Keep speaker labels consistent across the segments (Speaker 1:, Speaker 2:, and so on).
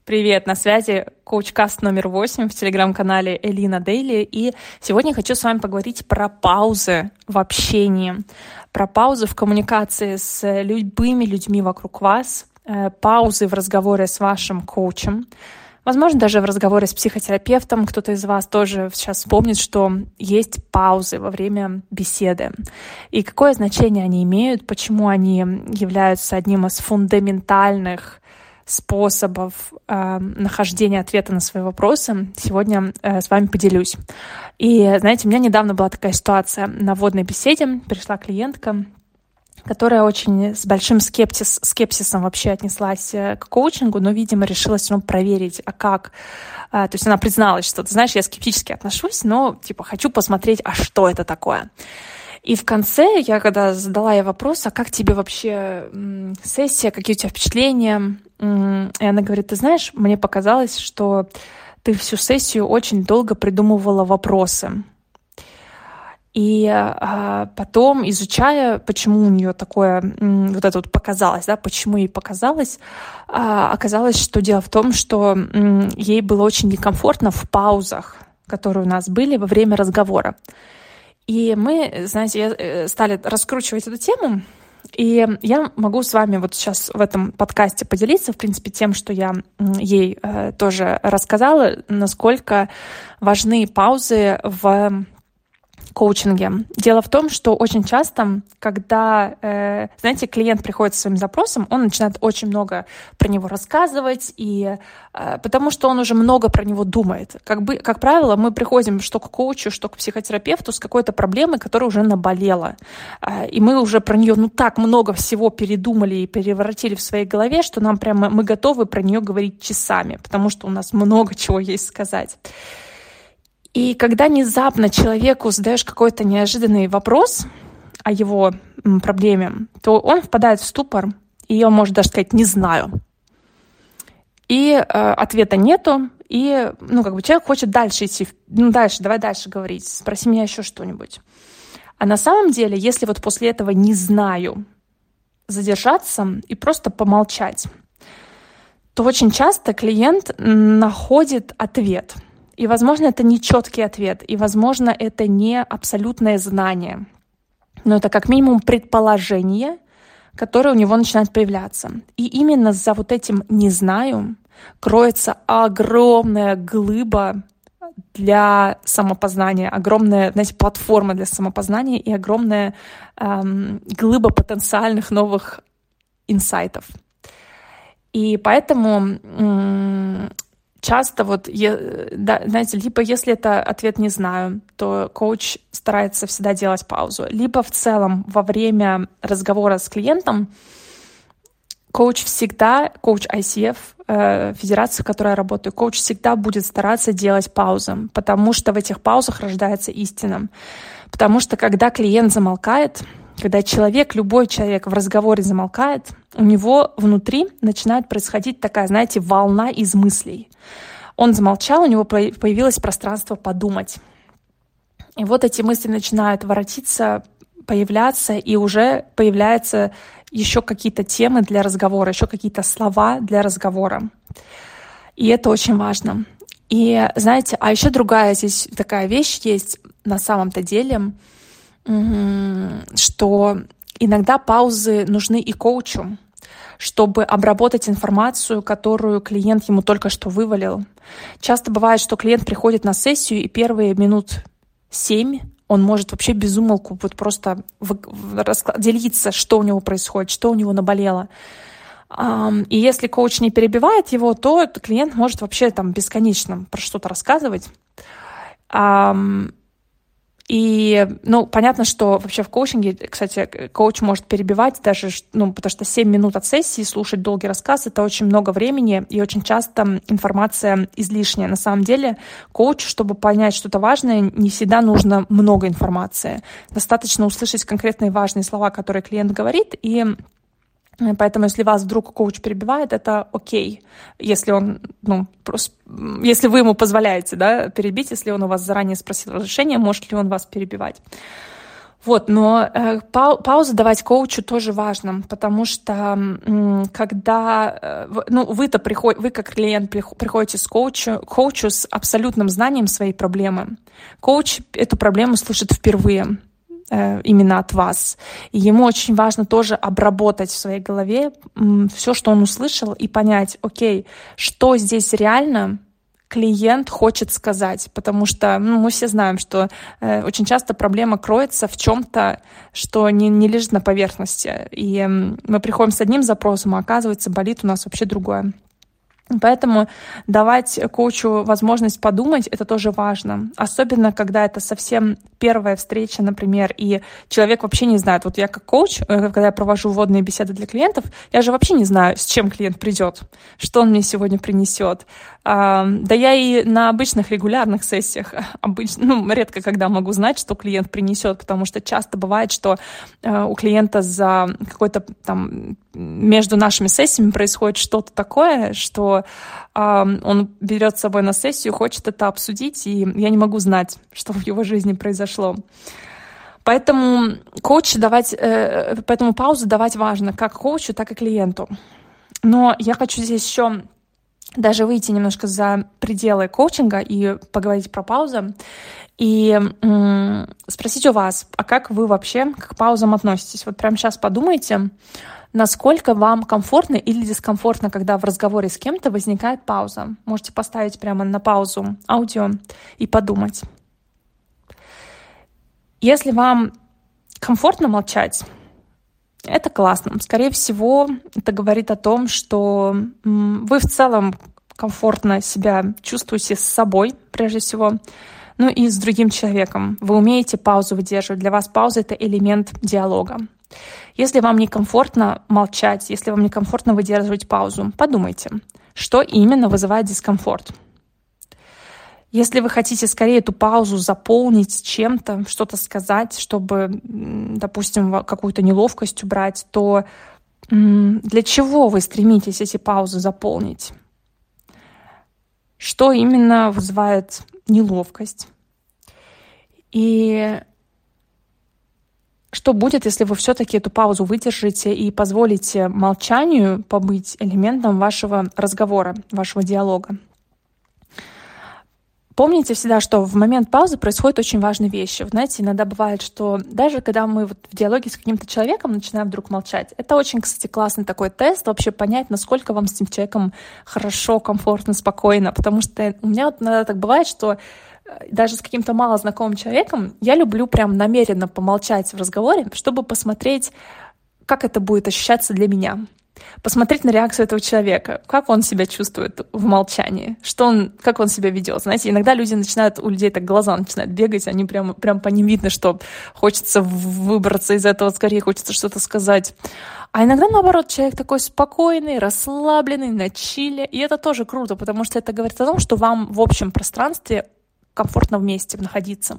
Speaker 1: Привет, на связи коуч-каст номер 8 в телеграм-канале Элина Дейли. И сегодня я хочу с вами поговорить про паузы в общении, про паузы в коммуникации с любыми людьми вокруг вас, паузы в разговоре с вашим коучем, возможно, даже в разговоре с психотерапевтом. Кто-то из вас тоже сейчас вспомнит, что есть паузы во время беседы. И какое значение они имеют, почему они являются одним из фундаментальных способов нахождения ответа на свои вопросы, сегодня с вами поделюсь. И, знаете, у меня недавно была такая ситуация на вводной беседе. Пришла клиентка, которая очень с большим скепсисом вообще отнеслась к коучингу, но, видимо, решила все равно проверить, а как. То есть она призналась, что, ты знаешь, я скептически отношусь, но, хочу посмотреть, а что это такое. И в конце, я когда задала ей вопрос, а как тебе вообще сессия, какие у тебя впечатления? И она говорит, ты знаешь, мне показалось, что ты всю сессию очень долго придумывала вопросы. И потом, изучая, почему у нее такое, вот это вот показалось, да, почему ей показалось, оказалось, что дело в том, что ей было очень некомфортно в паузах, которые у нас были во время разговора. И мы, знаете, стали раскручивать эту тему, и я могу с вами вот сейчас в этом подкасте поделиться, в принципе, тем, что я ей тоже рассказала, насколько важны паузы в коучинге. Дело в том, что очень часто, когда, знаете, клиент приходит со своим запросом, он начинает очень много про него рассказывать, и потому что он уже много про него думает. Как правило, мы приходим что к коучу, что к психотерапевту с какой-то проблемой, которая уже наболела. И мы уже про нее так много всего передумали и переворотили в своей голове, что мы готовы про нее говорить часами, потому что у нас много чего есть сказать. И когда внезапно человеку задаешь какой-то неожиданный вопрос о его проблеме, то он впадает в ступор, и он может даже сказать «не знаю». И ответа нету, и человек хочет дальше идти, давай дальше говорить, спроси меня еще что-нибудь. А на самом деле, если вот после этого «не знаю» задержаться и просто помолчать, то очень часто клиент находит ответ. И, возможно, это не четкий ответ, и, возможно, это не абсолютное знание, но это как минимум предположение, которое у него начинает появляться. И именно за вот этим «не знаю» кроется огромная глыба для самопознания, огромная, платформа для самопознания и огромная глыба потенциальных новых инсайтов. И поэтому часто либо если это ответ «не знаю», то коуч старается всегда делать паузу. Либо в целом во время разговора с клиентом коуч ICF, федерация, в которой я работаю, коуч всегда будет стараться делать паузы, потому что в этих паузах рождается истина. Потому что когда клиент замолкает, когда любой человек в разговоре замолкает, у него внутри начинает происходить такая, волна из мыслей. Он замолчал, у него появилось пространство подумать. И вот эти мысли начинают воротиться, появляться, и уже появляются еще какие-то темы для разговора, еще какие-то слова для разговора. И это очень важно. И знаете, а еще другая здесь такая вещь есть на самом-то деле, что иногда паузы нужны и коучу, чтобы обработать информацию, которую клиент ему только что вывалил. Часто бывает, что клиент приходит на сессию, и первые минут 7 он может вообще без умолку просто делиться, что у него происходит, что у него наболело. И если коуч не перебивает его, то клиент может вообще бесконечно про что-то рассказывать. И, понятно, что вообще в коучинге, кстати, коуч может перебивать даже, потому что 7 минут от сессии слушать долгий рассказ — это очень много времени, и очень часто информация излишняя. На самом деле коучу, чтобы понять что-то важное, не всегда нужно много информации. Достаточно услышать конкретные важные слова, которые клиент говорит, и поэтому, если вас вдруг коуч перебивает, это окей, если он, если вы ему позволяете, перебить, если он у вас заранее спросил разрешение, может ли он вас перебивать. Вот, но паузу давать коучу тоже важно, потому что когда вы как клиент приходите к коучу с абсолютным знанием своей проблемы, коуч эту проблему слышит впервые именно от вас. И ему очень важно тоже обработать в своей голове все, что он услышал, и понять, окей, что здесь реально клиент хочет сказать, потому что мы все знаем, что очень часто проблема кроется в чем-то, что не лежит на поверхности. И мы приходим с одним запросом, а оказывается, болит у нас вообще другое. Поэтому давать коучу возможность подумать — это тоже важно. Особенно, когда это совсем первая встреча, например, и человек вообще не знает. Вот я как коуч, когда я провожу вводные беседы для клиентов, я же вообще не знаю, с чем клиент придет, что он мне сегодня принесет. Да я и на обычных регулярных сессиях редко когда могу знать, что клиент принесет, потому что часто бывает, что у клиента за какой-то там между нашими сессиями происходит что-то такое, что он берет с собой на сессию, хочет это обсудить, и я не могу знать, что в его жизни произошло. Поэтому поэтому паузу давать важно как коучу, так и клиенту. Но я хочу здесь еще даже выйти немножко за пределы коучинга и поговорить про паузу, и спросить у вас, а как вы вообще к паузам относитесь? Вот прямо сейчас подумайте, насколько вам комфортно или дискомфортно, когда в разговоре с кем-то возникает пауза. Можете поставить прямо на паузу аудио и подумать. Если вам комфортно молчать, это классно. Скорее всего, это говорит о том, что вы в целом комфортно себя чувствуете с собой, прежде всего, и с другим человеком. Вы умеете паузу выдерживать. Для вас пауза — это элемент диалога. Если вам некомфортно молчать, если вам некомфортно выдерживать паузу, подумайте, что именно вызывает дискомфорт. Если вы хотите скорее эту паузу заполнить чем-то, что-то сказать, чтобы, допустим, какую-то неловкость убрать, то для чего вы стремитесь эти паузы заполнить? Что именно вызывает неловкость? И что будет, если вы все-таки эту паузу выдержите и позволите молчанию побыть элементом вашего разговора, вашего диалога? Помните всегда, что в момент паузы происходят очень важные вещи. Вы знаете, иногда бывает, что даже когда мы в диалоге с каким-то человеком начинаем вдруг молчать, это очень, кстати, классный такой тест, вообще понять, насколько вам с этим человеком хорошо, комфортно, спокойно. Потому что у меня вот иногда так бывает, что даже с каким-то малознакомым человеком я люблю прям намеренно помолчать в разговоре, чтобы посмотреть, как это будет ощущаться для меня. Посмотреть на реакцию этого человека, как он себя чувствует в молчании, как он себя ведет. Знаете, иногда у людей так глаза начинают бегать, они прям по ним видно, что хочется выбраться из этого, скорее хочется что-то сказать. А иногда, наоборот, человек такой спокойный, расслабленный, на чиле, и это тоже круто, потому что это говорит о том, что вам в общем пространстве комфортно вместе находиться.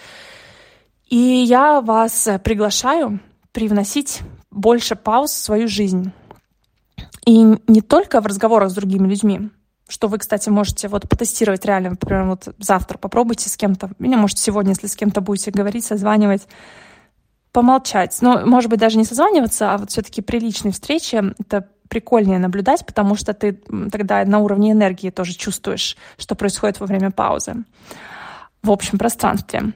Speaker 1: И я вас приглашаю привносить больше пауз в свою жизнь. И не только в разговорах с другими людьми, что вы, кстати, можете потестировать реально, например, завтра попробуйте с кем-то, или, может, сегодня, если с кем-то будете говорить, созванивать, помолчать. Может быть, даже не созваниваться, а все-таки при личной встрече это прикольнее наблюдать, потому что ты тогда на уровне энергии тоже чувствуешь, что происходит во время паузы в общем пространстве.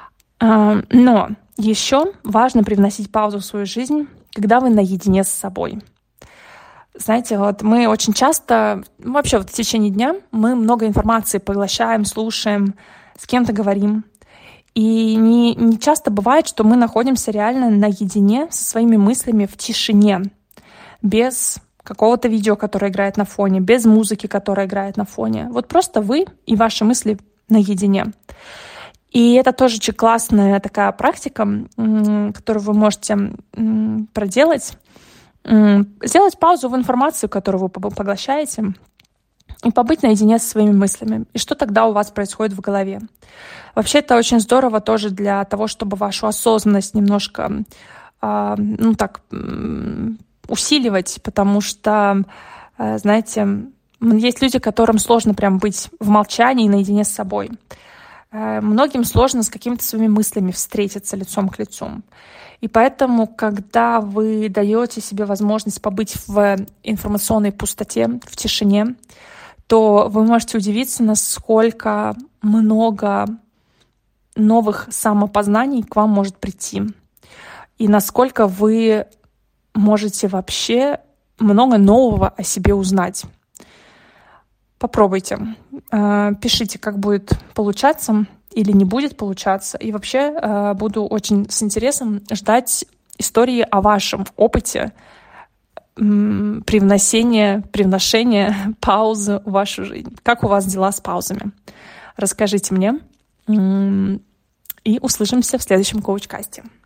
Speaker 1: Но еще важно привносить паузу в свою жизнь, когда вы наедине с собой. Знаете, мы очень часто, вообще в течение дня, мы много информации поглощаем, слушаем, с кем-то говорим. И не часто бывает, что мы находимся реально наедине со своими мыслями в тишине, без какого-то видео, которое играет на фоне, без музыки, которая играет на фоне. Просто вы и ваши мысли наедине. И это тоже очень классная такая практика, которую вы можете проделать. Сделать паузу в информацию, которую вы поглощаете, и побыть наедине со своими мыслями. И что тогда у вас происходит в голове? Вообще это очень здорово тоже для того, чтобы вашу осознанность немножко усиливать, потому что, знаете, есть люди, которым сложно прям быть в молчании наедине с собой. Многим сложно с какими-то своими мыслями встретиться лицом к лицу. И поэтому, когда вы даете себе возможность побыть в информационной пустоте, в тишине, то вы можете удивиться, насколько много новых самопознаний к вам может прийти. И насколько вы можете вообще много нового о себе узнать. Попробуйте. Пишите, как будет получаться или не будет получаться. И вообще буду очень с интересом ждать истории о вашем опыте привношения паузы в вашу жизнь. Как у вас дела с паузами? Расскажите мне. И услышимся в следующем коуч-касте.